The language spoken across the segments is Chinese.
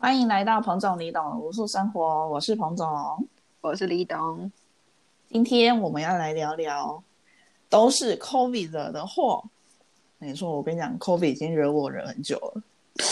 欢迎来到彭总李董无数生活，我是彭总， 我是李董。 今天我们要来聊聊都是 COVID 惹的祸。没错，我跟你讲 COVID 已经惹我惹很久了，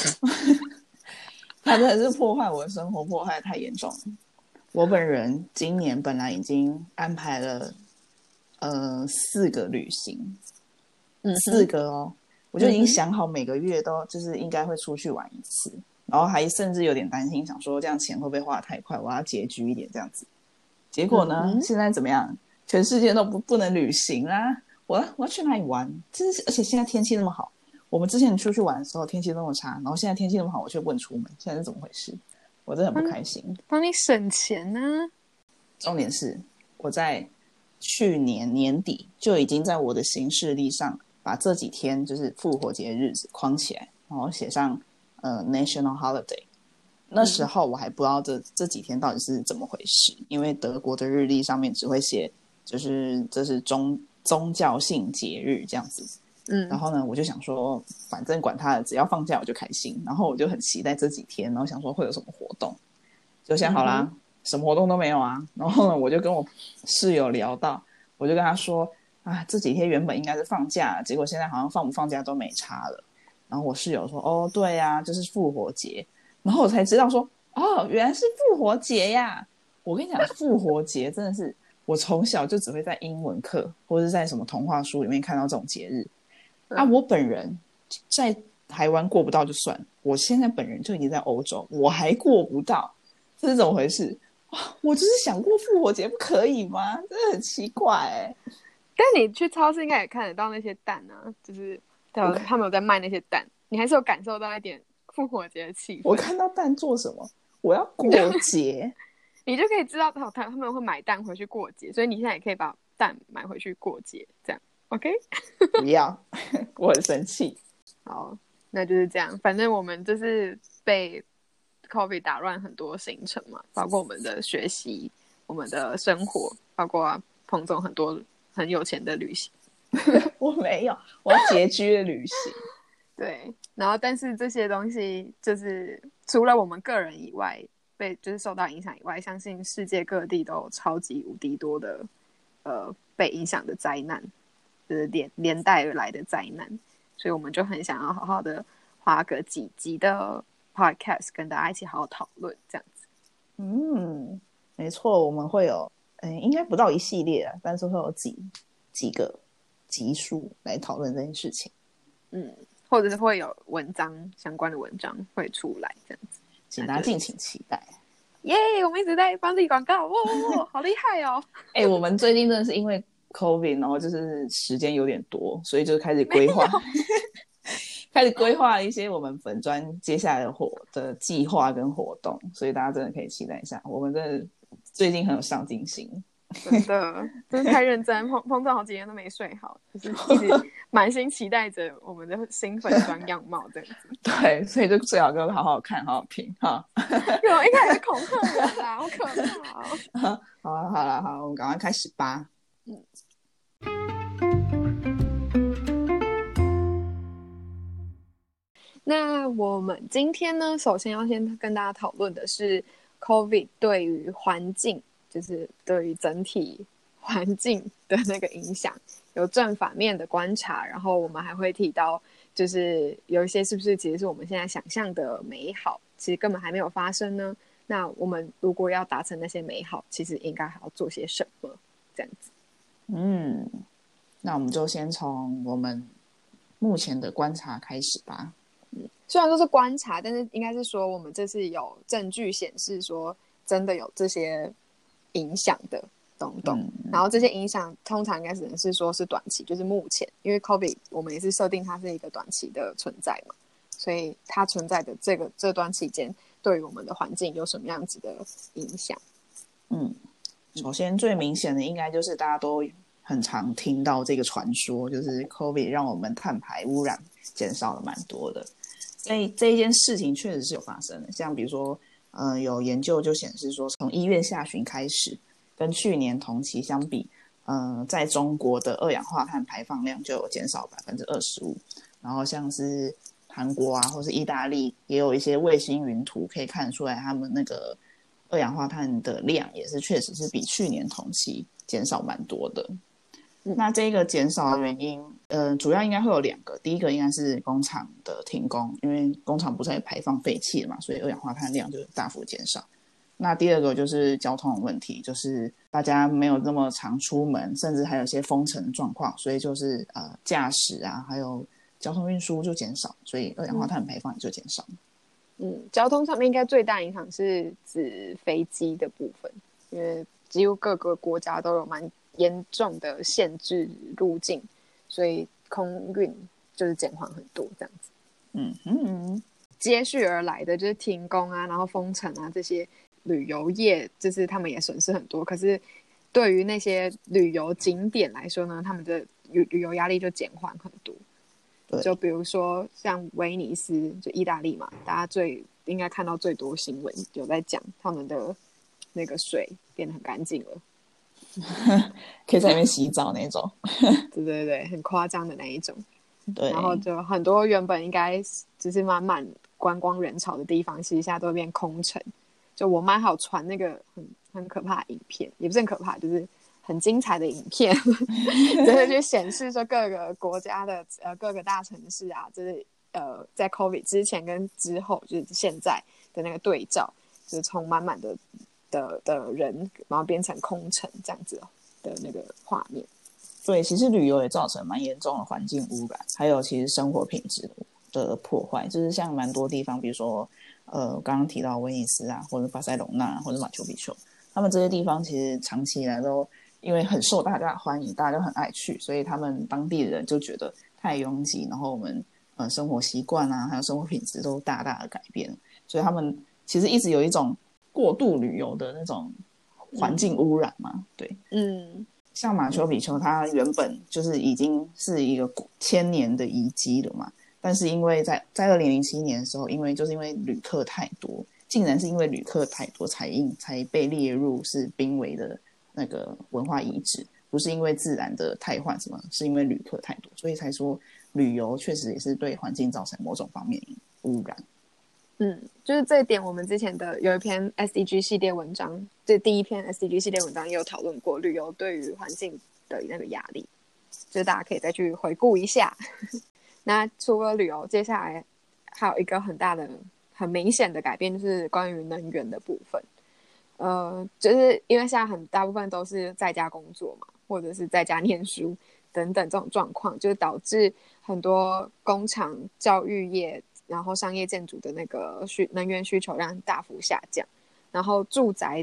它真的是破坏我的生活，破坏太严重了。我本人今年本来已经安排了4个旅行，四个哦，我就已经想好每个月都就是应该会出去玩一次，然后还甚至有点担心，想说这样钱会不会花得太快，我要拮据一点这样子。结果呢，现在怎么样？全世界都不能旅行啦！我要去哪里玩？真是，而且现在天气那么好，我们之前出去玩的时候天气那么差，然后现在天气那么好，我却不能出门，现在是怎么回事？我真的很不开心。 帮你省钱呢、 重点是我在去年年底就已经在我的行事历上把这几天就是复活节日子框起来，然后写上National Holiday。那时候我还不知道这几天到底是怎么回事，因为德国的日历上面只会写就是这是宗教性节日这样子。然后呢，我就想说，反正管他的，只要放假我就开心。然后我就很期待这几天，然后想说会有什么活动。就现在好啦，什么活动都没有啊。然后呢，我就跟我室友聊到，我就跟他说，啊，这几天原本应该是放假，结果现在好像放不放假都没差了。然后我室友说，哦，对啊，就是复活节。然后我才知道说，哦，原来是复活节呀！我跟你讲，复活节真的是我从小就只会在英文课或者是在什么童话书里面看到这种节日啊。我本人在台湾过不到就算，我现在本人就已经在欧洲，我还过不到，这是怎么回事？我就是想过复活节，不可以吗？真的很奇怪哎。 但你去超市应该也看得到那些蛋啊，就是他们有在卖那些蛋，你还是有感受到一点复活节的气氛。 我看到蛋做什么？我要过节， 你就可以知道他们会买蛋回去过节，所以你现在也可以把蛋买回去过节，这样 OK？ 不要，我很生气。 好，那就是这样。反正我们就是被 COVID 打乱很多行程嘛，包括我们的学习、我们的生活，包括彭总很多很有钱的旅行。 我没有，我要拮据的旅行。 对，然后但是这些东西就是除了我们个人以外就是受到影响以外，相信世界各地都有超级无敌多的被影响的灾难，就是连带而来的灾难，所以我们就很想要好好的花个几集的 podcast 跟大家一起好好讨论这样子。 没错，我们会有应该不到一系列啊，但是会有几个集数来讨论这件事情。 或者是会有相关的文章会出来这样子， 请大家敬请期待。 耶！我们一直在帮自己广告，哇，好厉害哦！ 我们最近真的是因为 COVID， 然后就是时间有点多，所以就开始规划，开始规划一些我们粉专接下来的计划跟活动，所以大家真的可以期待一下。我们真的最近很有上进心。 真的，真是太认真，彭总好几天都没睡好，就是一直满心期待着我们的新粉专样貌这样子。 对，所以就最好给我好好看，好好评哈。 有一开始恐吓人啦，好可怕哦！ 好了好了好，我们赶快开始吧。 那我们今天呢，首先要先跟大家讨论的是 COVID 对于环境，就是对于整体环境的那个影响，有正反面的观察，然后我们还会提到，就是有一些是不是其实是我们现在想象的美好，其实根本还没有发生呢？那我们如果要达成那些美好，其实应该还要做些什么？这样子。 那我们就先从我们目前的观察开始吧。 虽然说是观察，但是应该是说我们这次有证据显示说真的有这些影响的东东，然后这些影响通常应该只能是说是短期，就是目前因为 COVID 我们也是设定它是一个短期的存在嘛，所以它存在的这段期间对于我们的环境有什么样子的影响？ 首先最明显的应该就是大家都很常听到这个传说，就是 COVID 让我们碳排污染减少了蛮多的。所以这一件事情确实是有发生的，像比如说有研究就显示说，从1月下旬开始，跟去年同期相比，在中国的二氧化碳排放量就有减少25%。然后像是韩国啊或是意大利也有一些卫星云图可以看出来他们那个二氧化碳的量也是确实是比去年同期减少蛮多的。那这个减少的原因主要应该会有2个，第一个应该是工厂的停工，因为工厂不再排放废气了嘛，所以二氧化碳量就大幅减少。那第2个就是交通的问题，就是大家没有那么常出门，甚至还有一些封城的状况，所以就是驾驶啊还有交通运输就减少，所以二氧化碳排放也就减少。 交通上面应该最大影响是指飞机的部分，因为几乎各个国家都有蛮严重的限制入境，所以空运就是减缓很多这样子。接续而来的就是停工啊，然后封城啊，这些旅游业就是他们也损失很多。可是对于那些旅游景点来说呢，他们的旅游压力就减缓很多。就比如说像威尼斯，就意大利嘛，大家应该看到最多新闻有在讲他们的那个水变得很干净了。 可以在里面洗澡那种。 对对对，很夸张的那一种。 对， 然后就很多原本应该只是满满观光人潮的地方，其实现在都变空城。就我妈还有传那个很可怕的影片，也不是很可怕，就是很精彩的影片，就是去显示说各个国家的各个大城市啊，就是在 COVID 之前跟之后，就是现在的那个对照，就是从满满的人，然后变成空城这样子的那个画面。 对，其实旅游也造成蛮严重的环境污染，还有其实生活品质的破坏，就是像蛮多地方，比如说刚刚提到威尼斯啊，或者巴塞隆纳或者马丘比丘，他们这些地方其实长期以来都因为很受大家欢迎，大家都很爱去，所以他们当地人就觉得太拥挤，然后我们生活习惯啊还有生活品质都大大的改变，所以他们其实一直有一种过度旅游的那种环境污染嘛。对，像马丘比丘它原本就是已经是一个千年的遗迹了嘛，但是因为在2007年的时候，因为旅客太多，竟然是因为旅客太多才被列入是濒危的那个文化遗址，不是因为自然的汰换什么，是因为旅客太多，所以才说旅游确实也是对环境造成某种方面污染。 就是这一点，我们之前的有一篇 SDG 系列文章，这第一篇 SDG 系列文章也有讨论过旅游对于环境的那个压力，就是大家可以再去回顾一下。那除了旅游，接下来还有一个很大的、很明显的改变，就是关于能源的部分。就是因为现在很大部分都是在家工作嘛，或者是在家念书等等这种状况，就是导致很多工厂、教育业，然后商业建筑的那个能源需求量大幅下降，然后住宅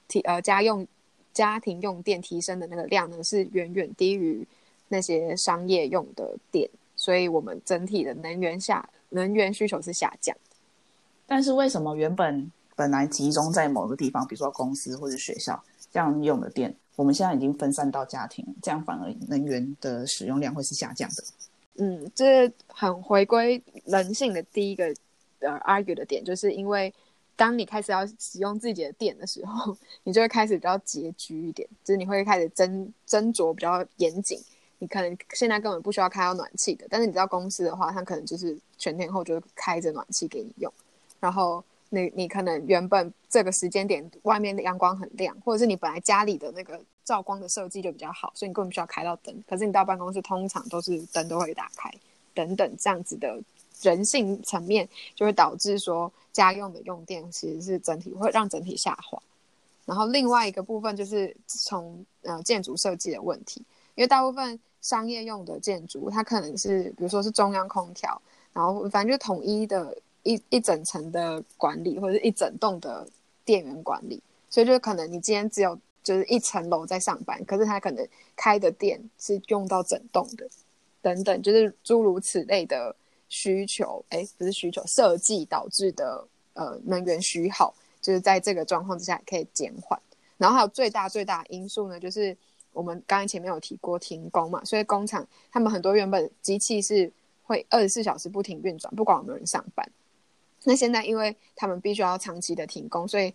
家庭用电提升的那个量呢，是远远低于那些商业用的电，所以我们整体的能源需求是下降。 但是为什么本来集中在某个地方，比如说公司或者学校这样用的电，我们现在已经分散到家庭，这样反而能源的使用量会是下降的？ 这很回归人性的第一个argue 的点，就是因为当你开始要使用自己的电的时候，你就会开始比较拮据一点，就是你会开始斟酌比较严谨。你可能现在根本不需要开到暖气的，但是你知道公司的话，它可能就是全天候就开着暖气给你用，然后你可能原本这个时间点外面的阳光很亮，或者是你本来家里的那个照光的设计就比较好，所以你根本不需要开到灯，可是你到办公室通常都是灯都会打开等等，这样子的人性层面就会导致说家用的用电其实是会让整体下滑。然后另外一个部分就是从建筑设计的问题，因为大部分商业用的建筑它可能是比如说是中央空调，然后反正就统一的一整层的管理，或者是一整栋的电源管理，所以就可能你今天只有就是一层楼在上班，可是它可能开的电是用到整栋的等等，就是诸如此类的需求，不是需求，设计导致的能源虚耗，就是在这个状况之下可以减缓。然后还有最大的因素呢，就是我们刚才前面有提过停工嘛，所以工厂他们很多原本机器是会24小时不停运转，不管有没有人上班。那现在因为他们必须要长期的停工，所以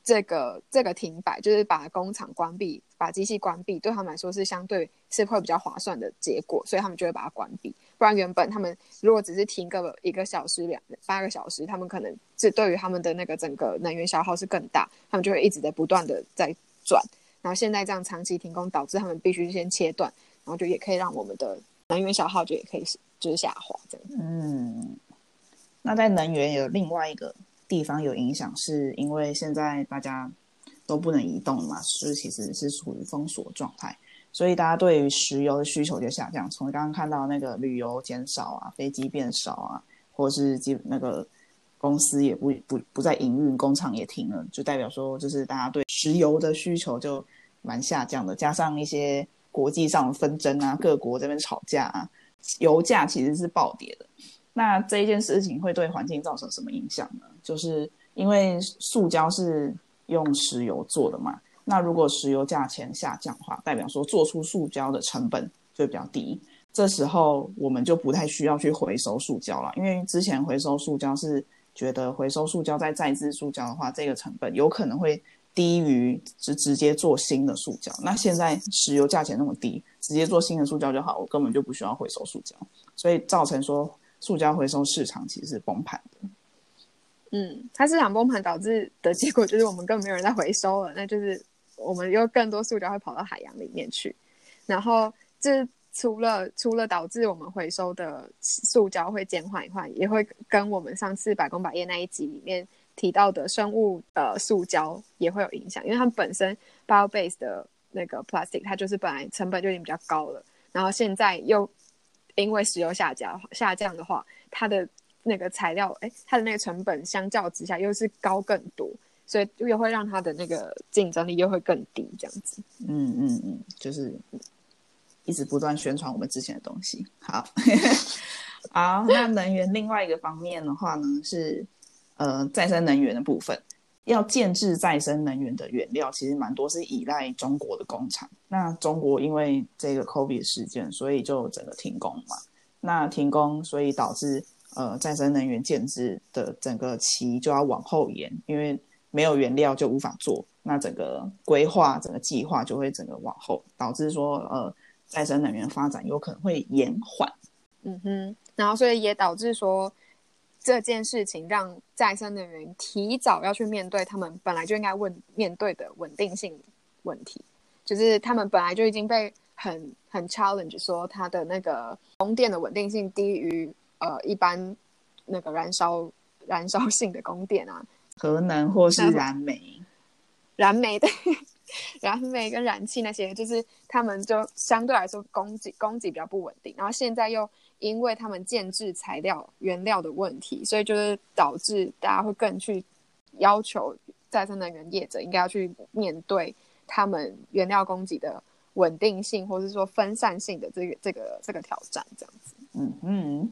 这个停摆，就是把工厂关闭，把机器关闭，对他们来说是相对是会比较划算的结果，所以他们就会把它关闭。不然原本他们如果只是停个1个小时、8个小时，他们可能是对于他们的那个整个能源消耗是更大，他们就会一直在不断的在转。然后现在这样长期停工，导致他们必须先切断，然后就也可以让我们的能源消耗就也可以就是下滑这样。 那在能源有另外一个地方有影响，是因为现在大家都不能移动嘛，是其实是处于封锁状态，所以大家对于石油的需求就下降。从刚刚看到那个旅游减少啊，飞机变少啊，或是那个公司也不再营运，工厂也停了，就代表说就是大家对石油的需求就蛮下降的。加上一些国际上的纷争啊，各国这边吵架啊，油价其实是暴跌的。那这一件事情会对环境造成什么影响呢？就是因为塑胶是用石油做的嘛，那如果石油价钱下降的话，代表说做出塑胶的成本就比较低，这时候我们就不太需要去回收塑胶了。因为之前回收塑胶是觉得回收塑胶再制塑胶的话，这个成本有可能会低于直接做新的塑胶。那现在石油价钱那么低，直接做新的塑胶就好，我根本就不需要回收塑胶，所以造成说塑胶回收市场其实是崩盘的。 它市场崩盘导致的结果就是我们根本没有人在回收了，那就是我们有更多塑胶会跑到海洋里面去。然后这除了导致我们回收的塑胶会减缓一缓，也会跟我们上次百工百业那一集里面提到的生物塑胶也会有影响，因为它们本身 bio-based 的那个 plastic 它就是本来成本就已经比较高了，然后现在又因为石油下降的话，它的那个材料它的那个成本相较之下又是高更多，所以又会让它的那个竞争力又会更低这样子。 就是一直不断宣传我们之前的东西。好好，那能源另外一个方面的话呢，是再生能源的部分。要建制再生能源的原料其实蛮多是依赖中国的工厂，那中国因为这个 COVID 事件，所以就整个停工嘛。那停工所以导致再生能源建制的整个期就要往后延，因为没有原料就无法做，那整个规划整个计划就会整个往后，导致说再生能源发展有可能会延缓。 然后所以也导致说这件事情让再生能源提早要去面对他们本来就应该面对的稳定性问题，就是他们本来就已经被很 challenge 说它的那个供电的稳定性低于一般那个燃烧性的供电啊， 核能或是燃煤的燃煤跟燃气那些，就是他们就相对来说供给比较不稳定，然后现在又因为他们建制材料原料的问题，所以就是导致大家会更去要求再生能源业者应该要去面对他们原料供给的稳定性，或是说分散性的这个挑战，这样子。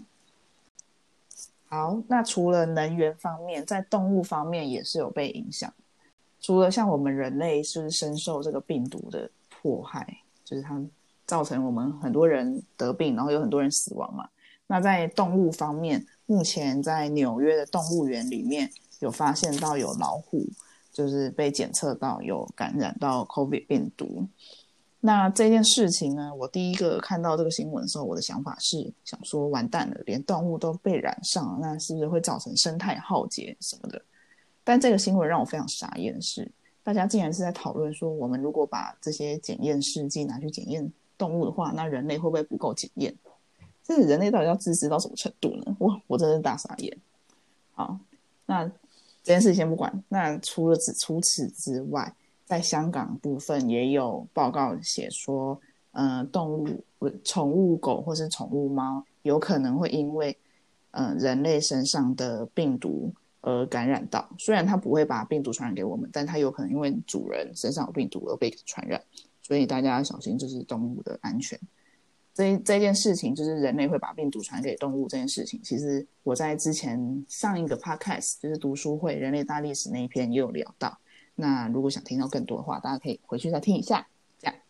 好，那除了能源方面，在动物方面也是有被影响。除了像我们人类是深受这个病毒的迫害，就是它造成我们很多人得病，然后有很多人死亡嘛。那在动物方面，目前在纽约的动物园里面有发现到有老虎，就是被检测到有感染到 COVID 病毒。那这件事情呢，我第一个看到这个新闻的时候，我的想法是想说完蛋了，连动物都被染上了，那是不是会造成生态浩劫什么的？但这个新闻让我非常傻眼的是，大家竟然是在讨论说，我们如果把这些检验试剂拿去检验动物的话，那人类会不会不够检验？这个人类到底要自私到什么程度呢？我真的是大傻眼。好，那这件事先不管。那除此之外，在香港部分也有报告写说，动物、宠物狗或是宠物猫有可能会因为人类身上的病毒而感染到，虽然它不会把病毒传染给我们，但它有可能因为主人身上有病毒而被传染，所以大家要小心，就是动物的安全。这件事情就是人类会把病毒传给动物这件事情，其实我在之前上一个 podcast 就是读书会人类大历史那一篇也有聊到，那如果想听到更多的话，大家可以回去再听一下。这样，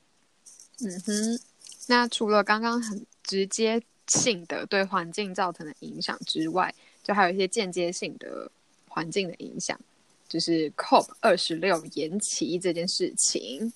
那除了刚刚很直接性的对环境造成的影响之外，就还有一些间接性的环境的影响。 就是 COP26 延期这件事情。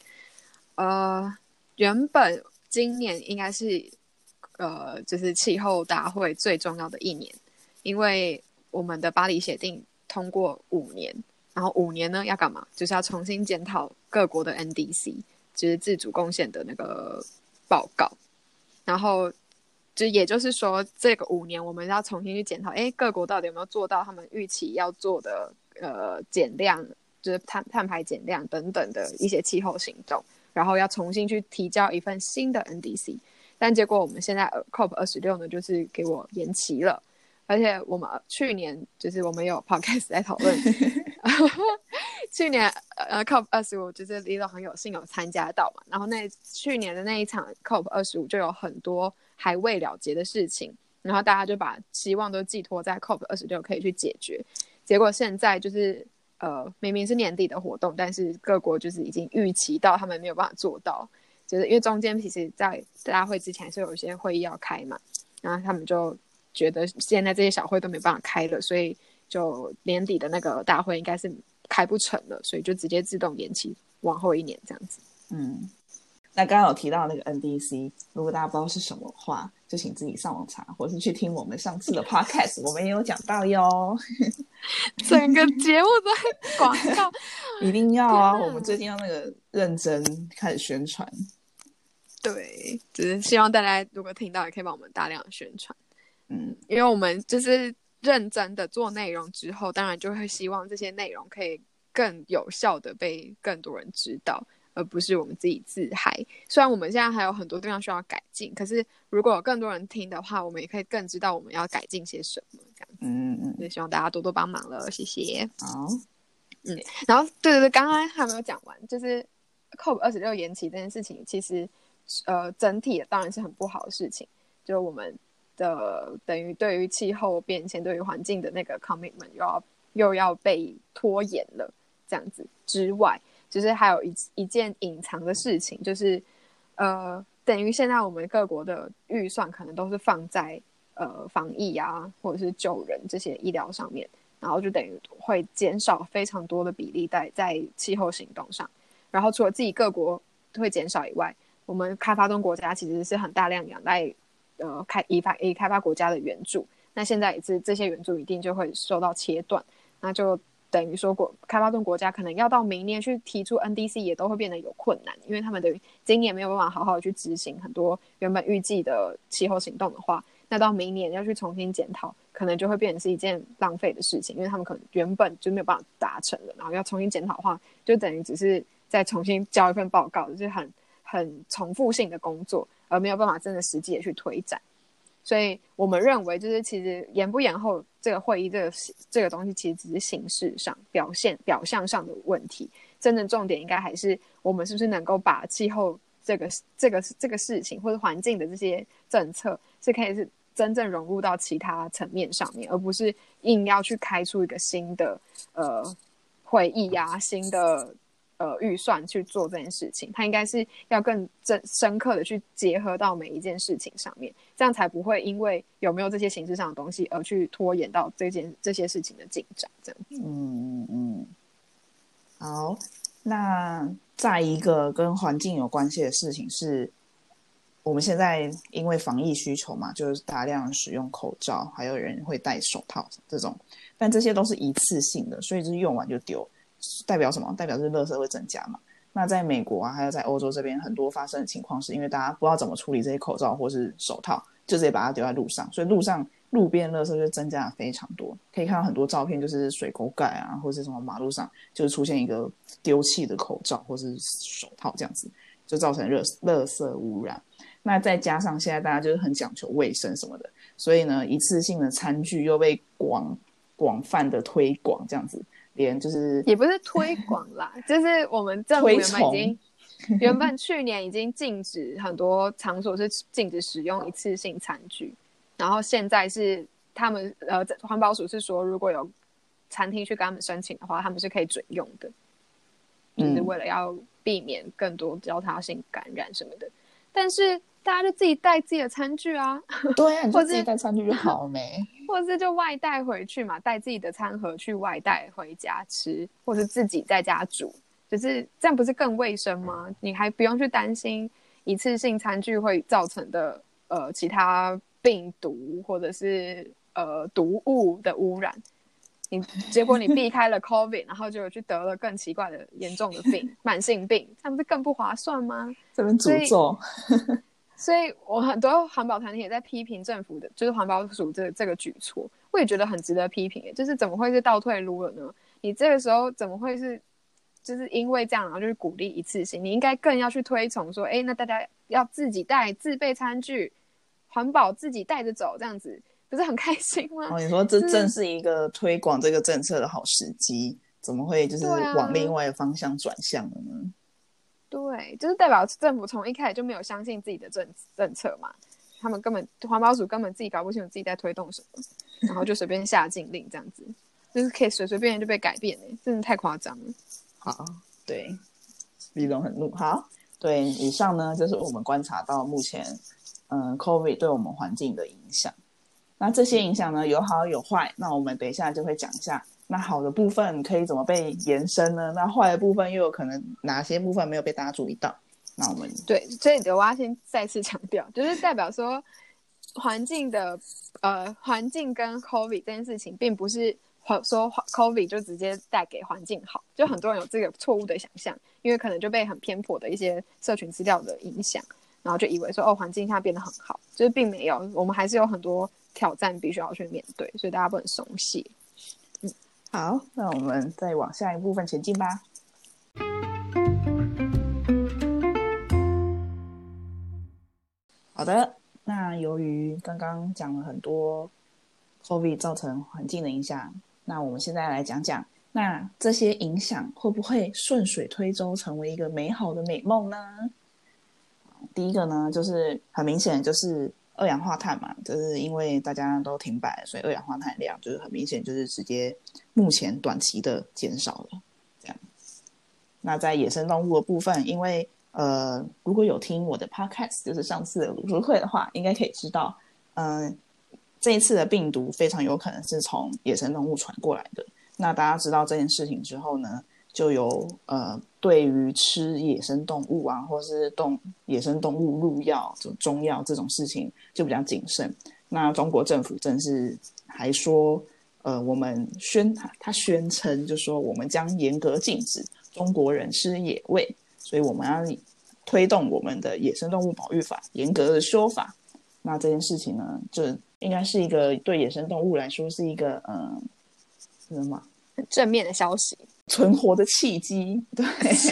原本今年应该是就是气候大会最重要的一年，因为我们的巴黎协定通过5年，然后5年呢要干嘛？就是要重新检讨各国的 NDC， 就是自主贡献的那个报告，然后就也就是说，这个5年我们要重新去检讨，各国到底有没有做到他们预期要做的减量，就是碳排减量等等的一些气候行动，然后要重新去提交一份新的 NDC。但结果我们现在COP26 呢，就是给我延期了。而且我们去年就是我们有 podcast 在讨论，去年COP25 就是 Lilo 很有幸有参加到嘛，然后去年的那一场 COP25 就有很多还未了结的事情，然后大家就把希望都寄托在 COP26 可以去解决。结果现在就是明明是年底的活动，但是各国就是已经预期到他们没有办法做到，就是因为中间其实在大会之前是有一些会议要开嘛，然后他们就觉得现在这些小会都没办法开了，所以就年底的那个大会应该是开不成了，所以就直接自动延期往后1年这样子。 那刚刚有提到那个 NDC， 如果大家不知道是什么话，就请自己上网查，或是去听我们上次的 podcast， 我们也有讲到哟。 整个节目都在广告， 一定要啊！我们最近要那个认真开始宣传。 对，只是希望大家如果听到，也可以帮我们大量的宣传。因为我们就是认真的做内容之后，当然就会希望这些内容可以更有效的被更多人知道，而不是我们自己自嗨。虽然我们现在还有很多地方需要改进，可是如果有更多人听的话，我们也可以更知道我们要改进些什么这样子。所以希望大家多多帮忙了，谢谢。 好， 然后对，刚刚还没有讲完，就是 COP26 延期这件事情，其实整体的当然是很不好的事情，就我们的等于对于气候变迁、对于环境的那个 commitment 又要被拖延了，这样子之外，就是还有一件隐藏的事情，就是等于现在我们各国的预算可能都是放在防疫啊，或者是救人这些医疗上面，然后就等于会减少非常多的比例在气候行动上。然后除了自己各国会减少以外，我们开发中国家其实是很大量仰赖已开发国家的援助，那现在也是这些援助一定就会受到切断，那就等于说开发中国家可能要到明年去提出 NDC 也都会变得有困难，因为他们的今年没有办法好好的去执行很多原本预计的气候行动的话，那到明年要去重新检讨，可能就会变成是一件浪费的事情，因为他们可能原本就没有办法达成了，然后要重新检讨的话，就等于只是再重新交一份报告，就是很重复性的工作，而没有办法真的实际的去推展。所以我们认为，就是其实延不延后这个会议这个东西，其实只是形式上表象上的问题，真正重点应该还是我们是不是能够把气候这个事情或者环境的这些政策是可以是真正融入到其他层面上面，而不是硬要去开出一个新的会议啊，新的预算去做这件事情，它应该是要更深刻的去结合到每一件事情上面，这样才不会因为有没有这些形式上的东西而去拖延到这些事情的进展。这样子。 好，那再一个跟环境有关系的事情是，我们现在因为防疫需求嘛，就是大量使用口罩，还有人会戴手套这种，但这些都是一次性的，所以就是用完就丢。代表什么？代表是垃圾会增加嘛？那在美国啊，还有在欧洲这边，很多发生的情况是因为大家不知道怎么处理这些口罩或是手套，就直接把它丢在路上，所以路边垃圾就增加了非常多。可以看到很多照片，就是水沟盖啊，或是什么马路上，就是出现一个丢弃的口罩或是手套这样子，就造成垃圾污染。那再加上现在大家就是很讲求卫生什么的，所以呢，一次性的餐具又被广泛的推广这样子。连就是也不是推广啦，就是我们政府原本去年已经禁止很多场所是禁止使用一次性餐具，然后现在是他们环保署是说，如果有餐厅去跟他们申请的话，他们是可以准用的，就是为了要避免更多交叉性感染什么的。但是大家就自己带自己的餐具啊， 对啊，你就自己带餐具就好没。 或者是就外带回去嘛，带自己的餐盒去外带回家吃，或是自己在家煮，就是这样不是更卫生吗？你还不用去担心一次性餐具会造成的其他病毒或者是毒物的污染。结果你避开了 COVID， 然后就去得了更奇怪的严重的病慢性病，这样不是更不划算吗？ 这边诅咒。 所以我很多环保团体也在批评政府的，就是环保署这个举措，我也觉得很值得批评。就是怎么会是倒退路了呢？你这个时候怎么会是，就是因为这样，然后就是鼓励一次性？你应该更要去推崇说，那大家要自己带自备餐具，环保自己带着走，这样子不是很开心吗？ 你说这正是一个推广这个政策的好时机，怎么会就是往另外的方向转向了呢？ 对，就是代表政府从一开始就没有相信自己的政策嘛，他们根本环保署根本自己搞不清楚自己在推动什么，然后就随便下禁令这样子，就是可以随随便便就被改变真的太夸张了。 好，对，李总很怒。好，对，以上呢就是我们观察到目前COVID 对我们环境的影响。那这些影响呢有好有坏，那我们等一下就会讲一下。那好的部分可以怎么被延伸呢？那坏的部分又有可能哪些部分没有被大家注意到？那我们对，所以我要先再次强调，就是代表说环境跟 COVID 这件事情，并不是说 COVID 就直接带给环境好，就很多人有这个错误的想象，因为可能就被很偏颇的一些社群资料的影响，然后就以为说环境现在变得很好，就是并没有，我们还是有很多挑战必须要去面对，所以大家不能松懈。 好，那我们再往下一部分前进吧。好的，那由于刚刚讲了很多 COVID 造成环境的影响，那我们现在来讲讲，那这些影响会不会顺水推舟成为一个美好的美梦呢？第一个呢，就是很明显就是二氧化碳嘛，就是因为大家都停摆，所以二氧化碳量就是很明显就是直接目前短期的减少了。这样，那在野生动物的部分，因为如果有听我的 podcast， 就是上次的读书会的话，应该可以知道，这一次的病毒非常有可能是从野生动物传过来的。那大家知道这件事情之后呢，就有对于吃野生动物啊，或是野生动物入药、中药这种事情就比较谨慎。那中国政府正是还说，他宣称就说我们将严格禁止中国人吃野味，所以我们要推动我们的野生动物保育法严格的修法。那这件事情呢，就应该是一个对野生动物来说是一个什么很正面的消息， 存活的契机。对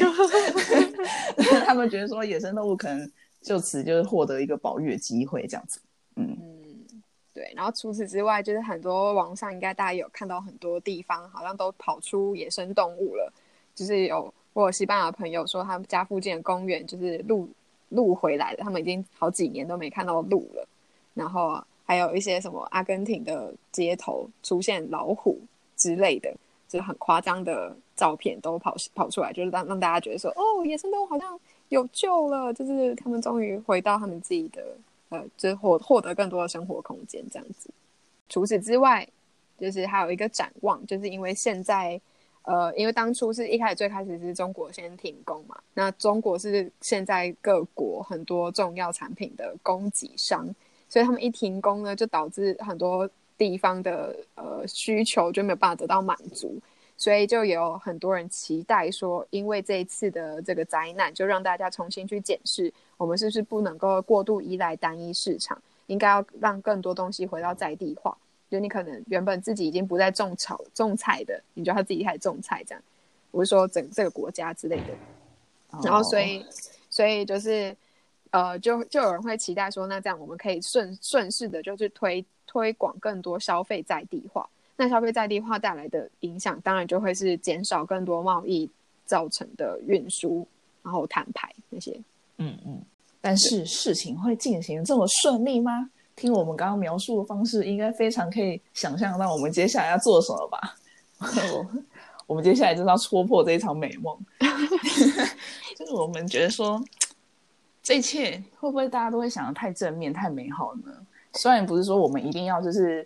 他们觉得说野生动物可能就此就是获得一个保育的机会这样子。 对，然后除此之外，就是很多网上应该大家有看到很多地方好像都跑出野生动物了，就是我有西班牙的朋友说他们家附近的公园就是鹿回来了，他们已经好几年都没看到鹿了。然后还有一些什么阿根廷的街头出现老虎之类的，就是很夸张的照片都跑出来，就是让大家觉得说，野生动物好像有救了，就是他们终于回到他们自己的就是获得更多的生活空间这样子。除此之外，就是还有一个展望，就是因为现在因为当初是最开始是中国先停工嘛，那中国是现在各国很多重要产品的供给商，所以他们一停工呢，就导致很多地方的需求就没有办法得到满足，所以就有很多人期待说，因为这一次的这个灾难，就让大家重新去检视，我们是不是不能够过度依赖单一市场，应该要让更多东西回到在地化。就你可能原本自己已经不再种菜的，你就要自己开始种菜这样。我是说这个国家之类的。然后所以就是就有人会期待说，那这样我们可以顺势的就是推广更多消费在地化。那消费在地化带来的影响，当然就会是减少更多贸易造成的运输，然后摊牌那些。 但是事情会进行这么顺利吗？听我们刚刚描述的方式，应该非常可以想象到我们接下来要做什么吧？我们接下来就是要戳破这一场美梦。就是我们觉得说，这一切会不会大家都会想得太正面、太美好呢？虽然不是说我们一定要就是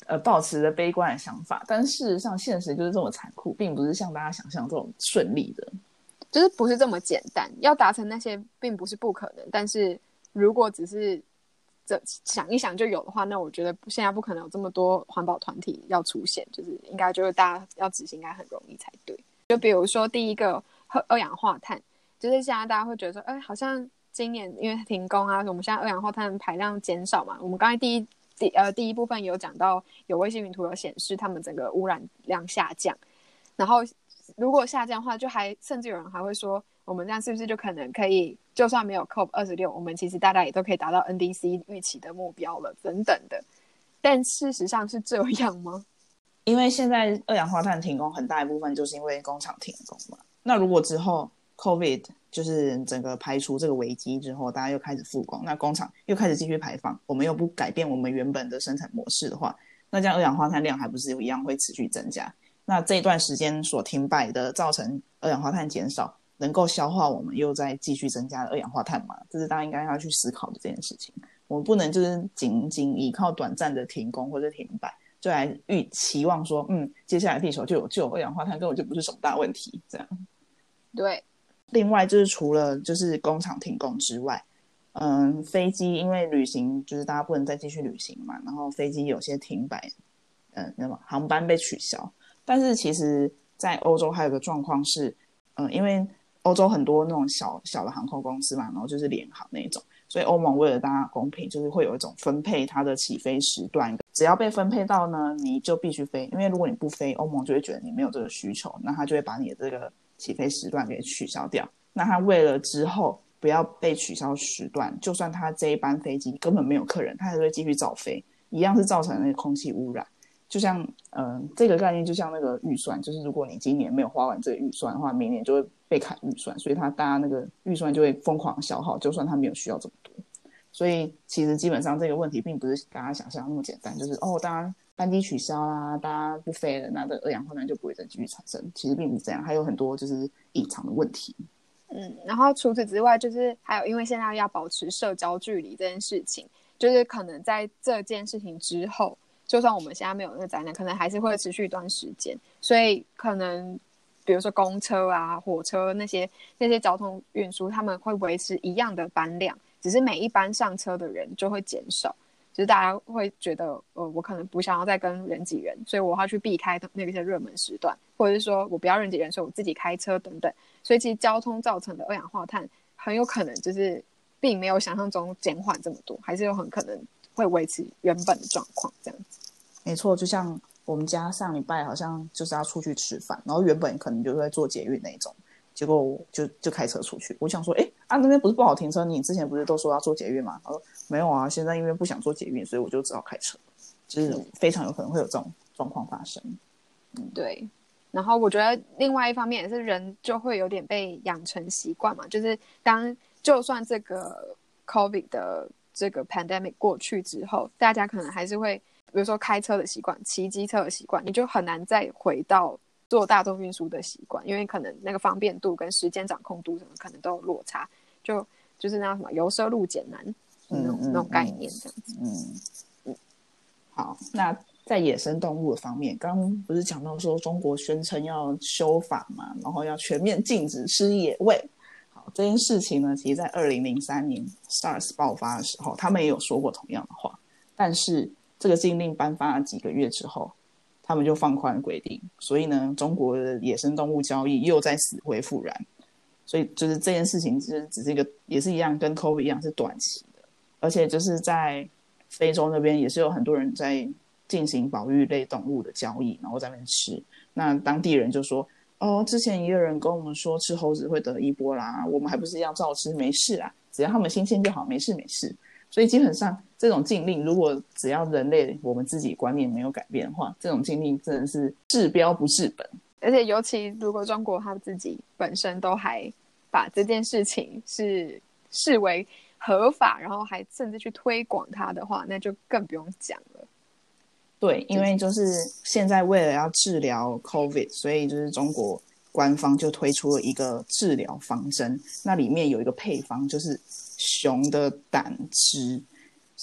抱持着悲观的想法，但事实上现实就是这么残酷，并不是像大家想象这种顺利的， 就是不是这么简单，要达成那些并不是不可能，但是如果只是想一想就有的话，那我觉得现在不可能有这么多环保团体要出现，就是应该就是大家要执行应该很容易才对。就比如说第一个二氧化碳，就是现在大家会觉得说，哎，好像今年因为停工啊，我们现在二氧化碳排量减少嘛，我们刚才第一部分有讲到有卫星云图有显示他们整个污染量下降，然后如果下降的话，就甚至有人还会说，我们这样是不是就可能可以，就算没有 COP26，我们其实大家也都可以达到 NDC 预期的目标了，等等的。但事实上是这样吗？ 因为现在二氧化碳停工很大一部分就是因为工厂停工嘛。那如果之后 COVID 就是整个排除这个危机之后，大家又开始复工，那工厂又开始继续排放，我们又不改变我们原本的生产模式的话，那这样二氧化碳量还不是一样会持续增加？那这一段时间所停摆的造成二氧化碳减少，能够消化我们又在继续增加的二氧化碳吗？这是大家应该要去思考的这件事情。我们不能就是仅依靠短暂的停工或者停摆就来期望说，接下来地球就有救，二氧化碳根本就不是什么大问题。这样。 对。 另外就是除了就是工厂停工之外，飞机因为旅行就是大家不能再继续旅行嘛，然后飞机有些停摆，那么航班被取消。但是其实在欧洲还有个状况是，因为欧洲很多那种小的航空公司嘛，然后就是联航那种，所以欧盟为了大家公平，就是会有一种分配它的起飞时段，只要被分配到呢，你就必须飞，因为如果你不飞，欧盟就会觉得你没有这个需求，那他就会把你的这个起飞时段给取消掉。那他为了之后不要被取消时段，就算他这一班飞机根本没有客人，他还是会继续照飞，一样是造成那个空气污染。就像这个概念就像那个预算，就是如果你今年没有花完这个预算的话，明年就会被砍预算，所以大家那个预算就会疯狂消耗，就算他没有需要这么多。所以其实基本上这个问题并不是大家想象那么简单，就是大家班机取消啦，大家不飞了，那这二氧化碳就不会再继续产生。其实并不是这样，还有很多就是隐藏的问题。 然后除此之外，就是还有因为现在要保持社交距离这件事情，就是可能在这件事情之后，就算我们现在没有那个灾难，可能还是会持续一段时间，所以可能比如说公车啊、火车那些交通运输，他们会维持一样的班量，只是每一班上车的人就会减少，就是大家会觉得我可能不想要再跟人挤人，所以我要去避开那些热门时段，或者是说我不要人挤人，所以我自己开车等等。所以其实交通造成的二氧化碳很有可能就是并没有想象中减缓这么多，还是有很可能会维持原本的状况这样子。 没错，就像我们家上礼拜好像就是要出去吃饭，然后原本可能就会坐捷运那种，结果就开车出去。我想说，那边不是不好停车，你之前不是都说要坐捷运吗？他说没有啊，现在因为不想坐捷运，所以我就只好开车，就是非常有可能会有这种状况发生。 对。然后我觉得另外一方面也是人就会有点被养成习惯嘛，就是就算这个 COVID 的这个 pandemic 过去之后，大家可能还是会比如说开车的习惯、骑机车的习惯，你就很难再回到做大众运输的习惯，因为可能那个方便度跟时间掌控度什么可能都有落差，就是那什么由奢入俭难那种概念这样子。 好，那在野生动物的方面，刚刚不是讲到说中国宣称要修法嘛，然后要全面禁止吃野味。好，这件事情呢，其实在2003年 SARS 爆发的时候，他们也有说过同样的话，但是这个禁令颁发了几个月之后，他们就放宽规定，所以呢，中国的野生动物交易又在死灰复燃。所以就是这件事情只是一个也是一样，跟 COVID 一样是短期的，而且就是在非洲那边也是有很多人在进行保育类动物的交易，然后在那边吃。那当地人就说，之前也有人跟我们说吃猴子会得伊波拉，我们还不是要照吃，没事啊，只要他们新鲜就好，没事没事。所以基本上这种禁令，如果只要人类我们自己观念没有改变的话，这种禁令真的是治标不治本。 而且尤其如果中国他自己本身都还把这件事情视为合法，然后还甚至去推广它的话，那就更不用讲了。 对，因为就是现在为了要治疗 COVID， 所以就是中国官方就推出了一个治疗方针，那里面有一个配方就是熊的胆汁，就是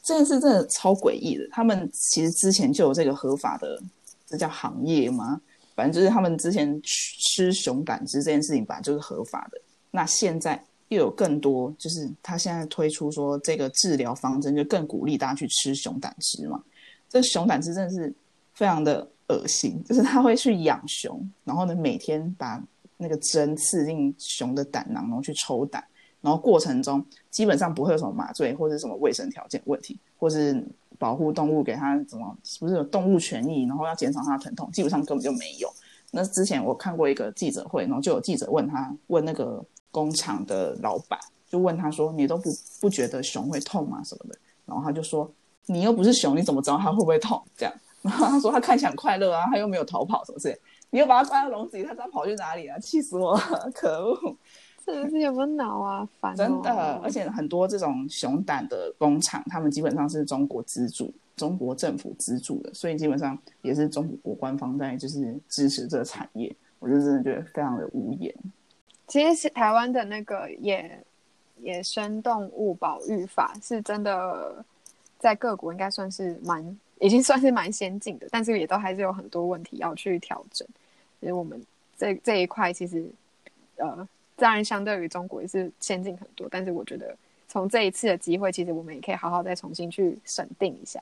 这件事真的超诡异的。他们其实之前就有这个合法的，这叫行业吗？反正就是他们之前吃熊胆汁这件事情本来就是合法的。那现在又有更多，就是他现在推出说这个治疗方针，就更鼓励大家去吃熊胆汁嘛。这熊胆汁真的是非常的恶心，就是他会去养熊，然后呢每天把那个针刺进熊的胆囊，然后去抽胆。然后过程中基本上不会有什么麻醉或者什么卫生条件问题，或是保护动物给它什么，是不是有动物权益，然后要减少它的疼痛，基本上根本就没有。那之前我看过一个记者会，然后就有记者问那个工厂的老板，就问他说：“你都不觉得熊会痛吗？什么的？”然后他就说：“你又不是熊，你怎么知道它会不会痛？”这样，然后他说他看起来很快乐啊，他又没有逃跑什么之类的，你又把它关在笼子里，他知道跑去哪里啊？气死我了，可恶！ 真的是有没有脑啊，烦哦！ 真的，而且很多这种熊胆的工厂，他们基本上是中国资助，中国政府资助的，所以基本上也是中国官方在就是支持这个产业，我就真的觉得非常的无言。 其实台湾的那个野生动物保育法是真的在各国应该算是已经算是蛮先进的，但是也都还是有很多问题要去调整。所以我们这一块其实当然相对于中国也是先进很多，但是我觉得从这一次的机会，其实我们也可以好好再重新去审定一下。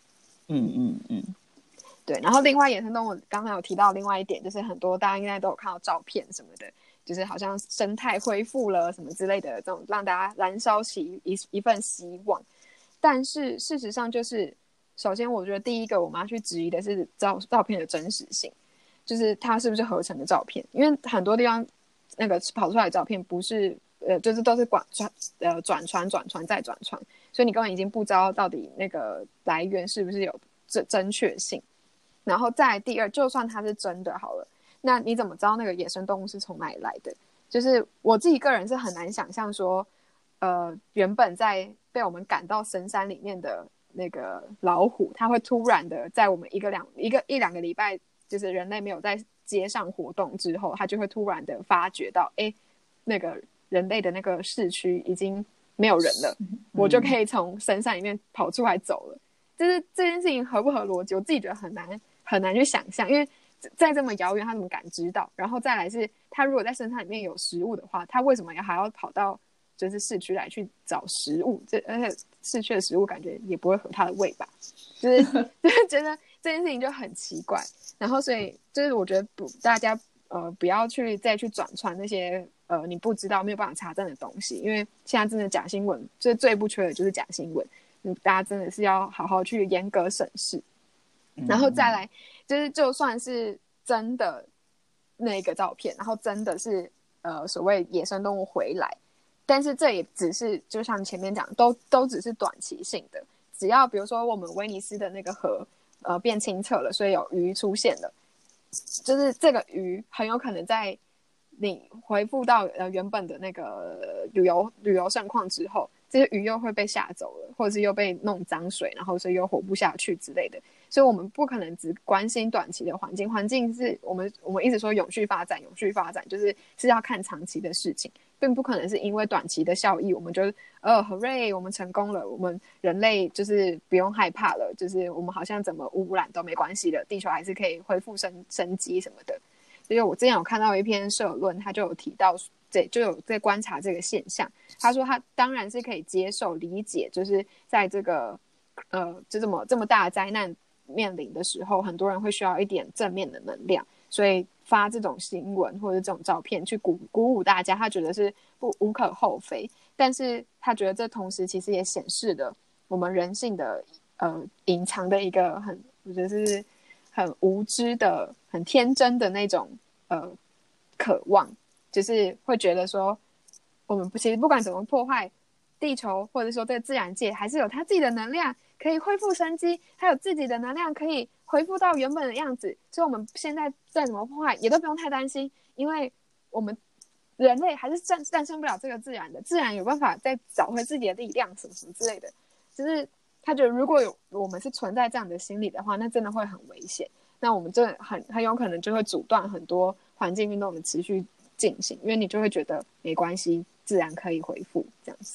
对。然后另外野生动物刚才有提到另外一点，就是很多大家应该都有看到照片什么的，就是好像生态恢复了什么之类的，这种让大家燃烧起一份希望。但是事实上就是，首先我觉得第一个我们要去质疑的是照片的真实性，就是它是不是合成的照片，因为很多地方那个跑出来的照片不是就是都是转传再转传，所以你根本已经不知道到底那个来源是不是有正确性。然后再来第二，就算它是真的好了，那你怎么知道那个野生动物是从哪里来的？就是我自己个人是很难想象说原本在被我们赶到深山里面的那个老虎，它会突然的在我们一两个礼拜，就是人类没有在街上活动之后，它就会突然的发觉到，那个人类的那个市区已经没有人了，我就可以从深山里面跑出来走了。就是这件事情合不合逻辑，我自己觉得很难去想象，因为在这么遥远，他怎么感知到？然后再来是，他如果在深山里面有食物的话，他为什么还要跑到就是市区来去找食物？而且市区的食物感觉也不会合他的胃吧？就是觉得这件事情就很奇怪。然后所以就是我觉得大家不要再去转传那些你不知道没有办法查证的东西，因为现在真的假新闻最不缺的就是假新闻。大家真的是要好好去严格审视。然后再来就是就算是真的那个照片，然后真的是所谓野生动物回来，但是这也只是就像前面讲都只是短期性的。只要比如说我们威尼斯的那个河变清澈了，所以有鱼出现了，就是这个鱼很有可能在你回复到原本的那个旅游盛况之后，这些鱼又会被吓走了，或者是又被弄脏水，然后所以又活不下去之类的。所以我们不可能只关心短期的环境是我们一直说永续发展，就是要看长期的事情，并不可能是因为短期的效益我们就hooray 我们成功了，我们人类就是不用害怕了，就是我们好像怎么污染都没关系了，地球还是可以恢复生机什么的。因为我之前有看到一篇社论，他就有提到就有在观察这个现象。他说他当然是可以接受理解，就是在这个就这么大的灾难面临的时候，很多人会需要一点正面的能量，所以发这种新闻或者这种照片去鼓舞大家，他觉得是无可厚非。但是他觉得这同时其实也显示了我们人性的隐藏的一个我觉得是很无知的、很天真的那种渴望，就是会觉得说，我们其实不管怎么破坏地球，或者说这个自然界，还是有它自己的能量可以恢复生机，还有自己的能量可以恢复到原本的样子。所以我们现在再怎么破坏，也都不用太担心，因为我们人类还是战胜不了这个自然的，自然有办法再找回自己的力量，什么什么之类的。就是他觉得如果我们是存在这样的心理的话，那真的会很危险。那我们真的很有可能就会阻断很多环境运动的持续进行，因为你就会觉得没关系，自然可以恢复这样子。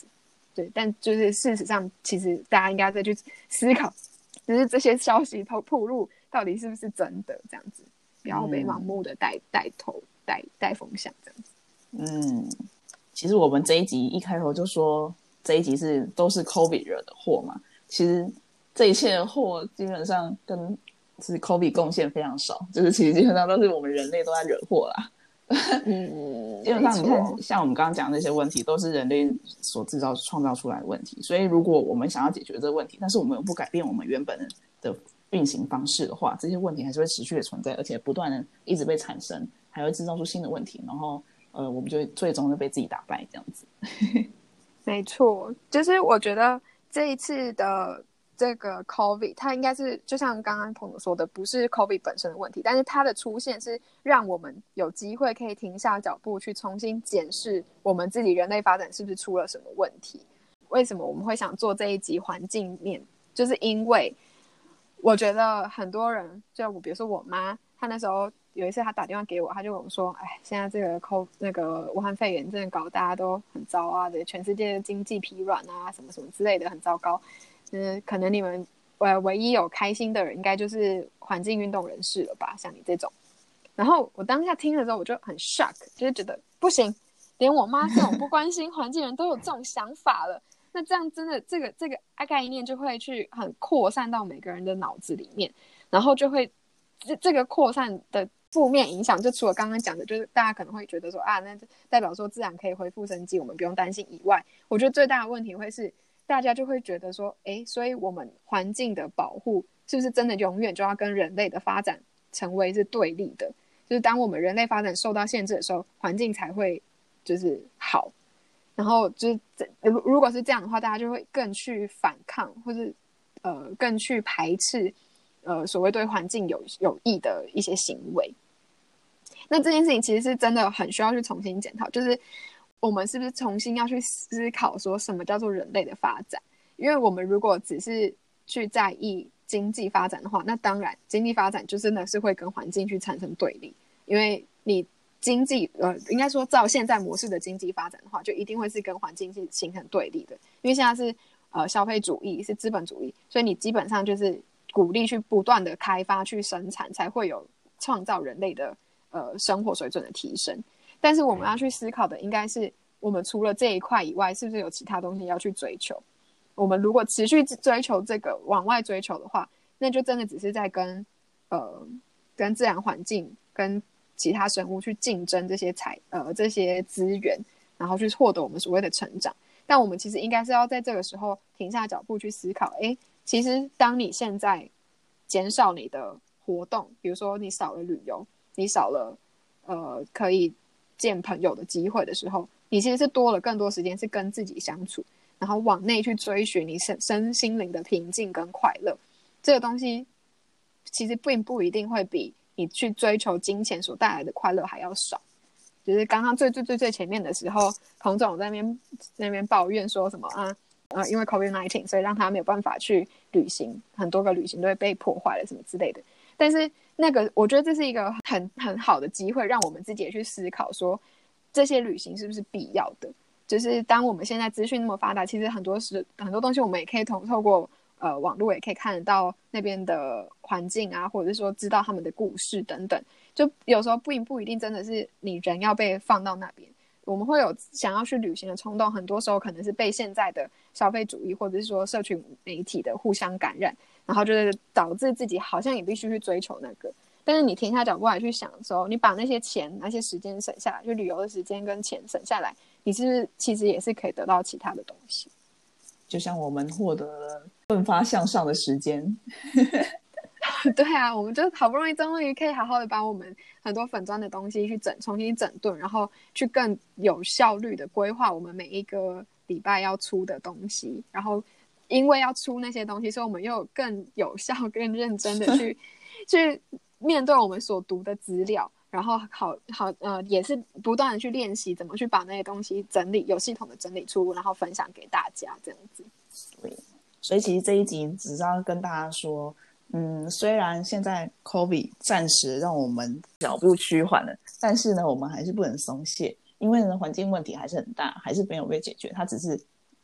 对，但就是事实上，其实大家应该再去思考，就是这些消息曝露到底是不是真的，这样子，不要被盲目的带风向这样子。 其实我们这一集一开头就说这一集都是 COVID 惹的祸嘛，其实这一切的祸基本上跟是 COVID 贡献非常少，就是其实基本上都是我们人类都在惹祸啦。基本上你看，像我们刚刚讲的那些问题，都是人类所创造出来的问题。所以，如果我们想要解决这个问题，但是我们又不改变我们原本的运行方式的话，这些问题还是会持续的存在，而且不断的一直被产生，还会制造出新的问题，然后我们就最终就被自己打败这样子。 没错，就是我觉得这一次的这个 COVID 它应该是就像刚刚朋友说的，不是 COVID 本身的问题，但是它的出现是让我们有机会可以停下脚步去重新检视我们自己人类发展是不是出了什么问题。为什么我们会想做这一集环境面，就是因为我觉得很多人，就比如说我妈，她那时候有一次她打电话给我，她就跟我说，哎，现在这个那个武汉肺炎真的搞得大家都很糟啊，全世界的经济疲软啊，什么什么之类的，很糟糕。可能你们唯一有开心的人应该就是环境运动人士了吧，像你这种。然后我当下听的时候我就很 shock， 就是觉得不行，连我妈这种不关心环境人都有这种想法了，那这样真的这个概念就会去很扩散到每个人的脑子里面，然后就会这个扩散的负面影响，就除了刚刚讲的，就是大家可能会觉得说啊，那代表说自然可以恢复生机，我们不用担心以外，我觉得最大的问题会是大家就会觉得说，所以我们环境的保护是不是真的永远就要跟人类的发展成为是对立的？就是当我们人类发展受到限制的时候，环境才会就是好。然后就是如果是这样的话，大家就会更去反抗，或是更去排斥所谓对环境有益的一些行为。那这件事情其实是真的很需要去重新检讨，就是我们是不是重新要去思考说什么叫做人类的发展？因为我们如果只是去在意经济发展的话，那当然经济发展就真的是会跟环境去产生对立，因为你经济应该说照现在模式的经济发展的话，就一定会是跟环境是形成对立的，因为现在是消费主义，是资本主义，所以你基本上就是鼓励去不断的开发去生产，才会有创造人类的生活水准的提升。但是我们要去思考的应该是，我们除了这一块以外，是不是有其他东西要去追求？我们如果持续追求这个往外追求的话，那就真的只是在跟自然环境跟其他生物去竞争这些资源，然后去获得我们所谓的成长。但我们其实应该是要在这个时候停下脚步去思考，其实当你现在减少你的活动，比如说你少了旅游，你少了可以见朋友的机会的时候，你其实是多了更多时间是跟自己相处，然后往内去追寻你身心灵的平静跟快乐。这个东西其实并不一定会比你去追求金钱所带来的快乐还要少。就是刚刚最前面的时候，彭总在那边抱怨说什么因为 COVID-19 所以让他没有办法去旅行，很多个旅行都会被破坏了什么之类的。但是那个我觉得这是一个很好的机会，让我们自己也去思考说这些旅行是不是必要的。就是当我们现在资讯那么发达，其实很多东西我们也可以透过网络也可以看得到那边的环境啊，或者是说知道他们的故事等等。就有时候不一定真的是你人要被放到那边，我们会有想要去旅行的冲动，很多时候可能是被现在的消费主义或者是说社群媒体的互相感染，然后就是导致自己好像也必须去追求那个。但是你停下脚步来去想的时候，你把那些钱那些时间省下来，就旅游的时间跟钱省下来，你是不是其实也是可以得到其他的东西？ 就像我们获得了奋发向上的时间。 对啊，我们就好不容易终于可以好好的把我们很多粉专的东西去重新整顿，然后去更有效率的规划我们每一个礼拜要出的东西，然后因为要出那些东西，所以我们又更有效更认真的去面对我们所读的资料，然后也是不断的去练习怎么去把那些东西整理，有系统的整理出，然后分享给大家这样子。 对，所以其实这一集只是要跟大家说，虽然现在 COVID 暂时让我们脚步趋缓了，但是呢，我们还是不能松懈，因为呢，环境问题还是很大，还是没有被解决，它只是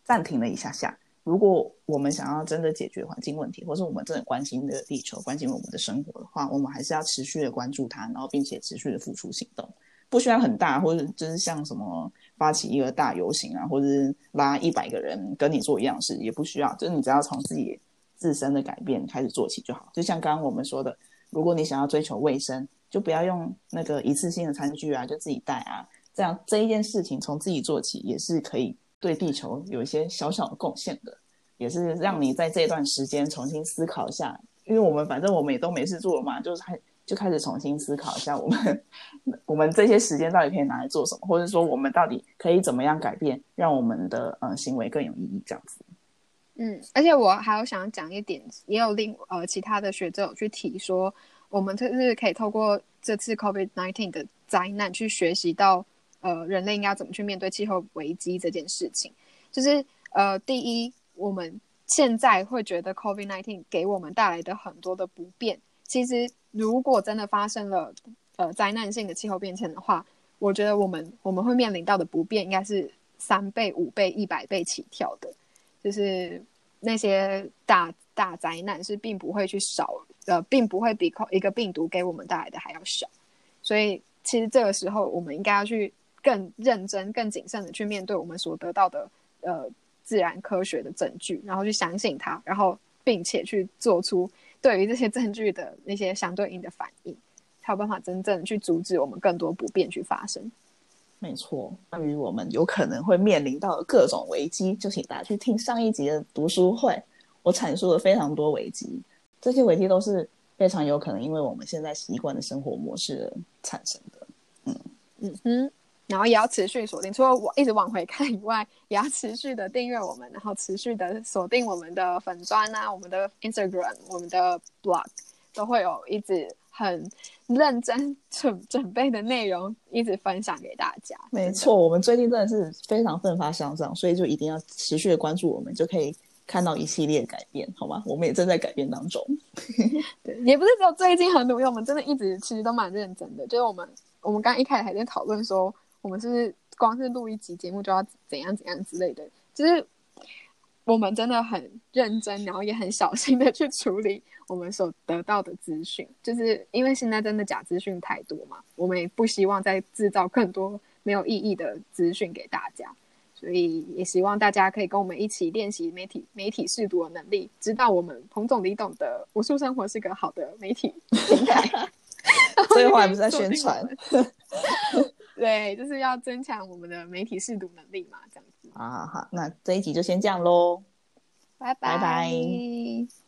暂停了一下下。如果我们想要真的解决环境问题，或是我们真的关心这个地球，关心我们的生活的话，我们还是要持续的关注它，然后并且持续的付出行动。不需要很大，或者就是像什么发起一个大游行啊，或者是拉100个人跟你做一样事，也不需要，就是你只要从自己自身的改变开始做起就好。就像刚刚我们说的，如果你想要追求卫生，就不要用那个一次性的餐具啊，就自己带啊，这一件事情从自己做起，也是可以对地球有一些小小的贡献的，也是让你在这段时间重新思考一下，因为反正我们也都没事做了嘛，就开始重新思考一下我们这些时间到底可以拿来做什么，或者说我们到底可以怎么样改变，让我们的行为更有意义，这样子。 而且我还有想讲一点，也有其他的学者有去提说，我们就是可以透过这次 COVID-19 的灾难去学习到人类应该怎么去面对气候危机这件事情。就是第一，我们现在会觉得 COVID-19 给我们带来的很多的不便，其实如果真的发生了灾难性的气候变迁的话，我觉得我们会面临到的不便应该是3倍、5倍、100倍起跳的，就是那些大灾难是并不会去并不会比一个病毒给我们带来的还要小。所以其实这个时候我们应该要去更认真、更谨慎的去面对我们所得到的自然科学的证据，然后去相信它，然后并且去做出对于这些证据的那些相对应的反应，才有办法真正去阻止我们更多不便去发生。 没错，关于我们有可能会面临到的各种危机，就请大家去听上一集的读书会，我阐述了非常多危机，这些危机都是非常有可能因为我们现在习惯的生活模式产生的。 然后也要持续锁定，除了我一直往回看以外，也要持续的订阅我们，然后持续的锁定我们的粉专啊，我们的 Instagram， 我们的 blog 都会有一直很认真准备的内容一直分享给大家。 没错，我们最近真的是非常奋发向上，所以就一定要持续的关注我们，就可以看到一系列改变，好吗？我们也正在改变当中。 对，也不是只有最近很努力，我们真的一直其实都蛮认真的。就是我们刚一开始还在讨论说，我们是不是光是录一集节目就要怎样怎样之类的，就是我们真的很认真，然后也很小心的去处理我们所得到的资讯，就是因为现在真的假资讯太多嘛，我们也不希望再制造更多没有意义的资讯给大家，所以也希望大家可以跟我们一起练习媒体识读的能力，知道我们彭总李董的我素生活是个好的媒体平台。 最后还不是在宣传。 对，就是要增强我们的媒体识读能力嘛，这样子。 好，那这一集就先这样咯， 拜拜拜。